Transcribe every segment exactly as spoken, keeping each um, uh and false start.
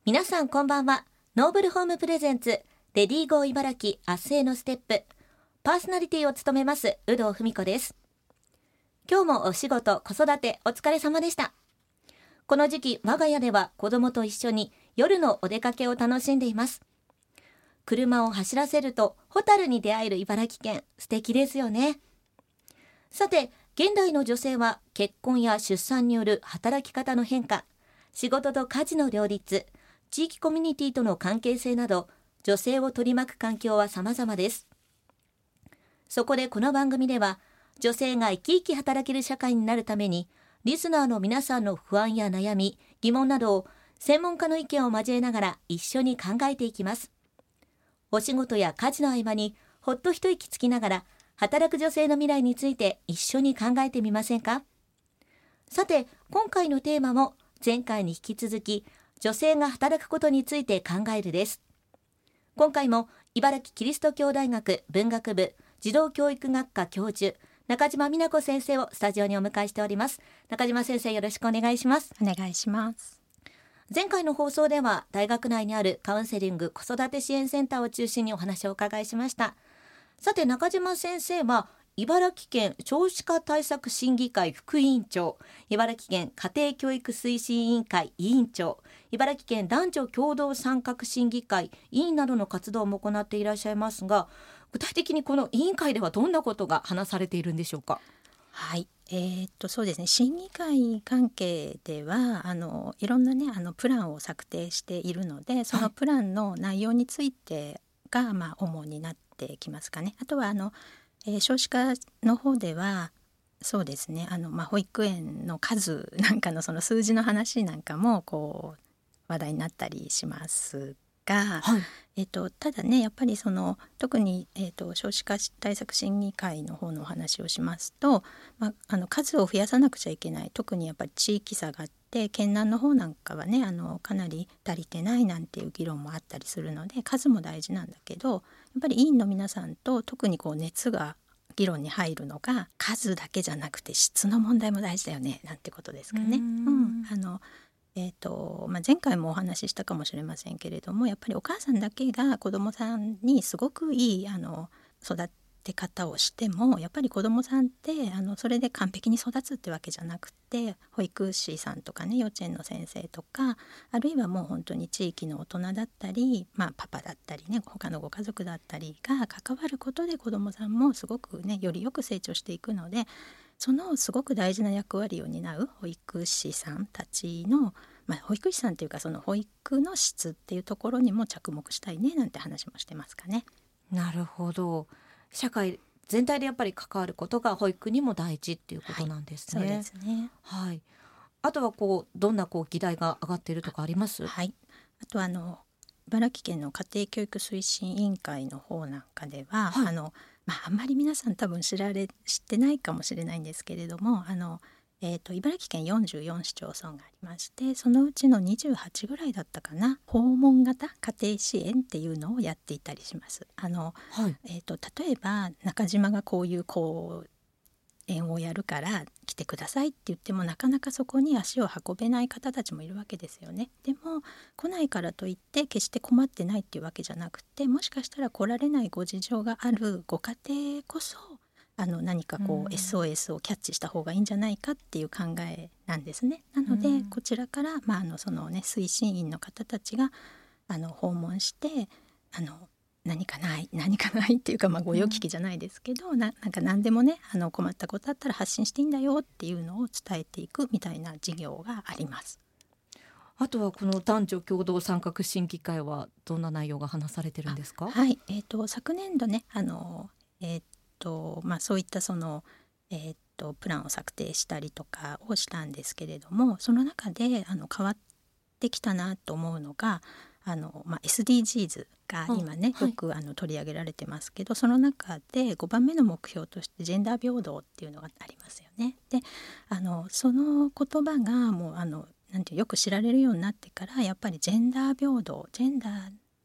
皆さんこんばんは。ノーブルホームプレゼンツレディーゴー茨城明日へのステップ、パーソナリティを務めます有働文子です。今日もお仕事子育てお疲れ様でした。この時期我が家では子供と一緒に夜のお出かけを楽しんでいます。車を走らせるとホタルに出会える茨城県、素敵ですよね。さて、現代の女性は結婚や出産による働き方の変化、仕事と家事の両立、地域コミュニティとの関係性など、女性を取り巻く環境は様々です。そこでこの番組では、女性が生き生き働ける社会になるために、リスナーの皆さんの不安や悩み、疑問などを専門家の意見を交えながら一緒に考えていきます。お仕事や家事の合間にほっと一息つきながら、働く女性の未来について一緒に考えてみませんか？さて、今回のテーマも前回に引き続き、女性が働くことについて考えるです。今回も茨城キリスト教大学文学部児童教育学科教授中島美奈子先生をスタジオにお迎えしております。中島先生、よろしくお願いします。 お願いします。 前回の放送では大学内にあるカウンセリング子育て支援センターを中心にお話をお伺いしました。さて、中島先生は茨城県少子化対策審議会副委員長、茨城県家庭教育推進委員会委員長、茨城県男女共同参画審議会委員などの活動も行っていらっしゃいますが、具体的にこの委員会ではどんなことが話されているんでしょうか？ はい、えー、っとそうですね、審議会関係ではあのいろんなねあのプランを策定しているので、そのプランの内容についてが、まあ、主になってきますかね。あとはあの、えー、少子化の方ではそうですね、あの、まあ、保育園の数なんかのその数字の話なんかもこう話題になったりしますが、 はい、 えー、とただねやっぱりその特に、えー、と少子化対策審議会の方のお話をしますと、まあ、あの数を増やさなくちゃいけない、特にやっぱり地域差があって県南の方なんかはねあのかなり足りてないなんていう議論もあったりするので、数も大事なんだけど、やっぱり委員の皆さんと特にこう熱が議論に入るのが数だけじゃなくて質の問題も大事だよねなんてことですかね。 うーん、 うん、あのえーとまあ、前回もお話ししたかもしれませんけれども、やっぱりお母さんだけが子どもさんにすごくいいあの育て方をしても、やっぱり子どもさんってあのそれで完璧に育つってわけじゃなくて、保育士さんとかね幼稚園の先生とか、あるいはもう本当に地域の大人だったり、まあ、パパだったりね他のご家族だったりが関わることで子どもさんもすごくねよりよく成長していくので、そのすごく大事な役割を担う保育士さんたちの、まあ、保育士さんというかその保育の質っていうところにも着目したいねなんて話もしてますかね。 なるほど。社会全体でやっぱり関わることが保育にも大事っていうことなんですね。 はい、そうですね。 はい。あとはこうどんなこう議題が上がっているとかあります？ はい、あとはあの茨城県の家庭教育推進委員会の方なんかでは、 はい、 あのまあ、あんまり皆さん多分知られ知ってないかもしれないんですけれども、あの、えーと、茨城県よんじゅうよん市町村がありまして、そのうちのにじゅうはちぐらいだったかな、訪問型家庭支援っていうのをやっていたりします。あの、 はい、 えーと、例えば中島がこういうこう園をやるから来てくださいって言ってもなかなかそこに足を運べない方たちもいるわけですよね。でも来ないからといって決して困ってないっていうわけじゃなくて、もしかしたら来られないご事情があるご家庭こそあの何かこう エスオーエス をキャッチした方がいいんじゃないかっていう考えなんですね。なのでこちらから、まあ、あのそのね推進員の方たちがあの訪問してあの何かない何かないっていうか、まあ、ご用聞きじゃないですけど、うん、な, なんか何でもねあの困ったことあったら発信していいんだよっていうのを伝えていくみたいな事業があります。 あとはこの男女共同参画審議会はどんな内容が話されてるんですか？ はい、えーと、昨年度ねあの、えーとまあ、そういったその、えーとプランを策定したりとかをしたんですけれども、その中であの変わってきたなと思うのがあの、まあ、エスディージーズ が今ね、 はい、 よくあの取り上げられてますけど、その中でごばんめの目標としてジェンダー平等っていうのがありますよね。であのその言葉がもうあのなんていうよく知られるようになってから、やっぱりジェンダー平等ジェンダー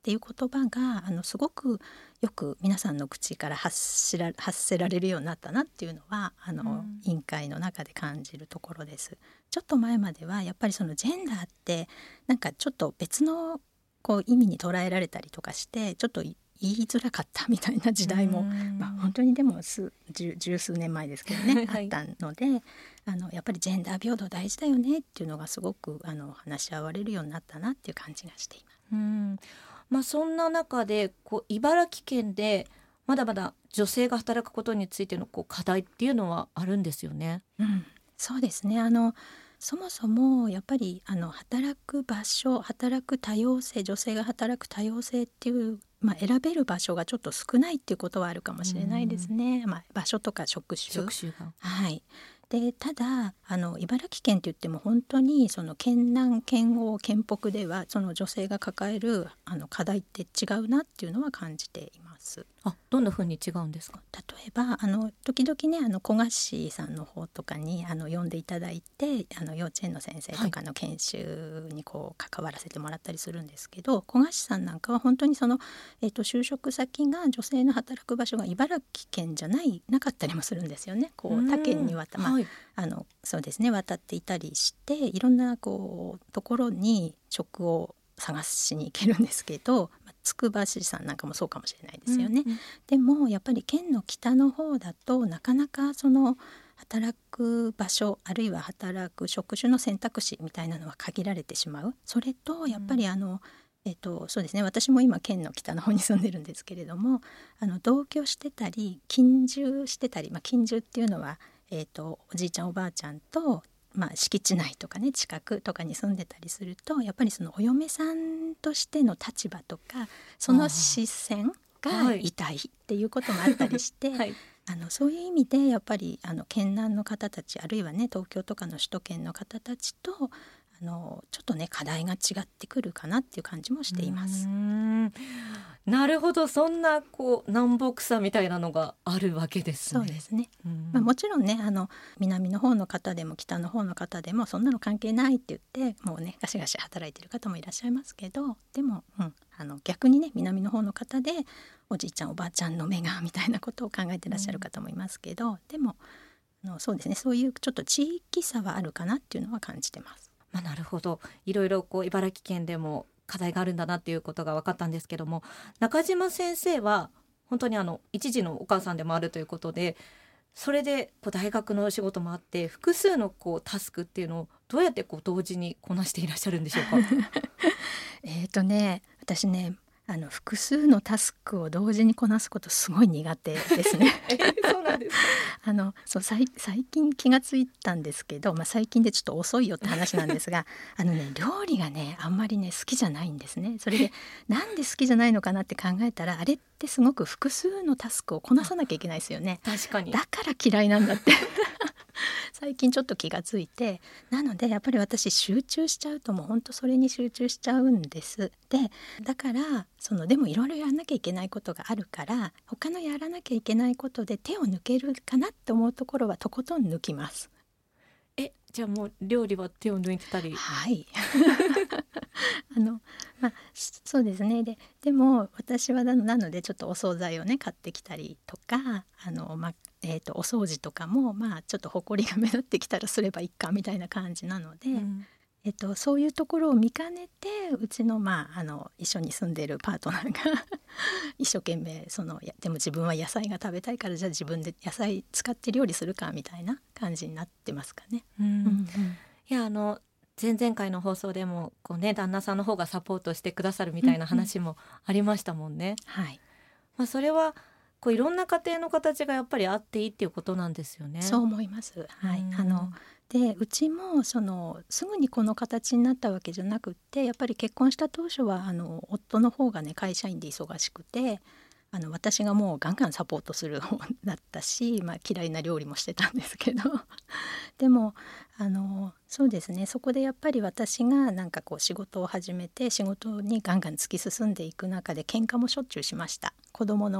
っていう言葉があのすごくよく皆さんの口から発しら発せられるようになったなっていうのはあの、うん、委員会の中で感じるところです。ちょっと前まではやっぱりそのジェンダーってなんかちょっと別のこう意味に捉えられたりとかしてちょっと言いづらかったみたいな時代も、まあ、本当にでも数十, 十数年前ですけどね、はい、あったのであのやっぱりジェンダー平等大事だよねっていうのがすごくあの話し合われるようになったなっていう感じがしています。 うん、まあ、そんな中でこう茨城県でまだまだ女性が働くことについてのこう課題っていうのはあるんですよね。 うん、そうですね。あのそもそもやっぱりあの働く場所、働く多様性、女性が働く多様性っていう、まあ、選べる場所がちょっと少ないっていうことはあるかもしれないですね。まあ、場所とか職種、 職種が、 はい。でただあの茨城県って言っても本当にその県南県央県北ではその女性が抱えるあの課題って違うなっていうのは感じています。 あ、どんな風に違うんですか？ 例えばあの時々ねあの古賀市さんの方とかにあの呼んでいただいてあの幼稚園の先生とかの研修にこう関わらせてもらったりするんですけど、はい、古賀市さんなんかは本当にその、えーと、就職先が女性の働く場所が茨城県じゃないなかったりもするんですよね。こう他県に渡、まあはい、あのそうですね渡っていたりしていろんなこうところに職を探しに行けるんですけど、つくば市さんなんかもそうかもしれないですよね、うんうん、でもやっぱり県の北の方だとなかなかその働く場所あるいは働く職種の選択肢みたいなのは限られてしまう。それとやっぱりあの、うんえっと、そうですね、私も今県の北の方に住んでるんですけれどもあの同居してたり近住してたり、まあ、近住っていうのは、えっと、おじいちゃんおばあちゃんとまあ、敷地内とかね近くとかに住んでたりするとやっぱりそのお嫁さんとしての立場とかその視線が痛いっていうこともあったりして、はい、あのそういう意味でやっぱりあの県南の方たちあるいはね東京とかの首都圏の方たちとあのちょっとね課題が違ってくるかなっていう感じもしています。 うーん、なるほど、そんなこう南北差みたいなのがあるわけですね。 そうですね、まあ、もちろんねあの南の方の方でも北の方の方でもそんなの関係ないって言ってもうねガシガシ働いてる方もいらっしゃいますけどでも、うん、あの逆にね南の方の方でおじいちゃんおばあちゃんの目がみたいなことを考えてらっしゃる方もいますけど、うん、でもあのそうですねそういうちょっと地域差はあるかなっていうのは感じてます。 まあ、なるほど、いろいろこう茨城県でも課題があるんだなっていうことが分かったんですけども、中島先生は本当にあの一児のお母さんでもあるということでそれでこう大学のお仕事もあって複数のこうタスクっていうのをどうやってこう同時にこなしていらっしゃるんでしょうか？ えっとね私ねあの複数のタスクを同時にこなすことすごい苦手ですね。 えー、そうなんですか？ あのそう最近気がついたんですけど、まあ、最近でちょっと遅いよって話なんですがあのね料理がねあんまりね好きじゃないんですね。それでなんで好きじゃないのかなって考えたらあれってすごく複数のタスクをこなさなきゃいけないですよね。 確かに。 だから嫌いなんだって最近ちょっと気がついて、なのでやっぱり私集中しちゃうともう本当それに集中しちゃうんです。でだからそのでもいろいろやらなきゃいけないことがあるから他のやらなきゃいけないことで手を抜けるかなって思うところはとことん抜きます。 えじゃあもう料理は手を抜いてたり？ はいあのまあそうですね。ででも私はなのでちょっとお惣菜をね買ってきたりとかあの、まあえー、とお掃除とかもまあちょっと埃が目立ってきたらすればいいかみたいな感じなので、うんえっと、そういうところを見かねてうちの,、まあ、あの一緒に住んでるパートナーが一生懸命そのでも自分は野菜が食べたいからじゃあ自分で野菜使って料理するかみたいな感じになってますかね。 うんうん、いやあの前々回の放送でもこう、ね、旦那さんの方がサポートしてくださるみたいな話もありましたもんね。 うんうんはいまあ、それはこういろんな家庭の形がやっぱりあっていいっていうことなんですよね。 そう思います、はい、あのでうちもそのすぐにこの形になったわけじゃなくってやっぱり結婚した当初はあの夫の方がね会社員で忙しくてあの私がもうガンガンサポートする方だったし、まあ、嫌いな料理もしてたんですけどでもあのそうですねそこでやっぱり私がなんかこう仕事を始めて仕事にガンガン突き進んでいく中で喧嘩もしょっちゅうしました。子供の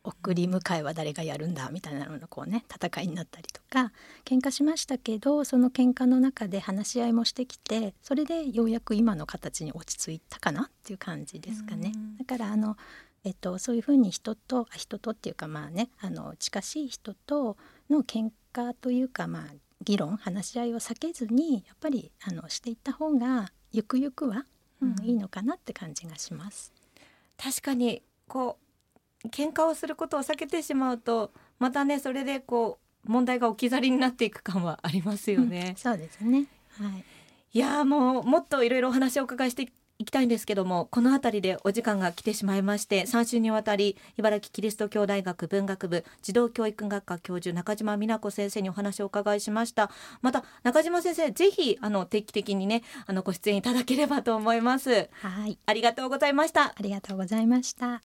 送り迎えは誰がやるんだみたいなののこうね戦いになったりとか、喧嘩しましたけどその喧嘩の中で話し合いもしてきて、それでようやく今の形に落ち着いたかなっていう感じですかね。だからあの、えっと、そういうふうに人と人とっていうかまあねあの近しい人との喧嘩というかまあ議論話し合いを避けずにやっぱりあのしていった方がゆくゆくは、うん、いいのかなって感じがします。 確かにこう喧嘩をすることを避けてしまうとまたねそれでこう問題が置き去りになっていく感はありますよね、 うん、そうですね、はい、 いやもうもっといろいろお話をお伺いしていきたいんですけども、このあたりでお時間が来てしまいまして、さん週にわたり茨城キリスト教大学文学部児童教育学科教授中島美奈子先生にお話をお伺いしました。また中島先生ぜひあの定期的にねあのご出演いただければと思います。 はい、 ありがとうございました。 ありがとうございました。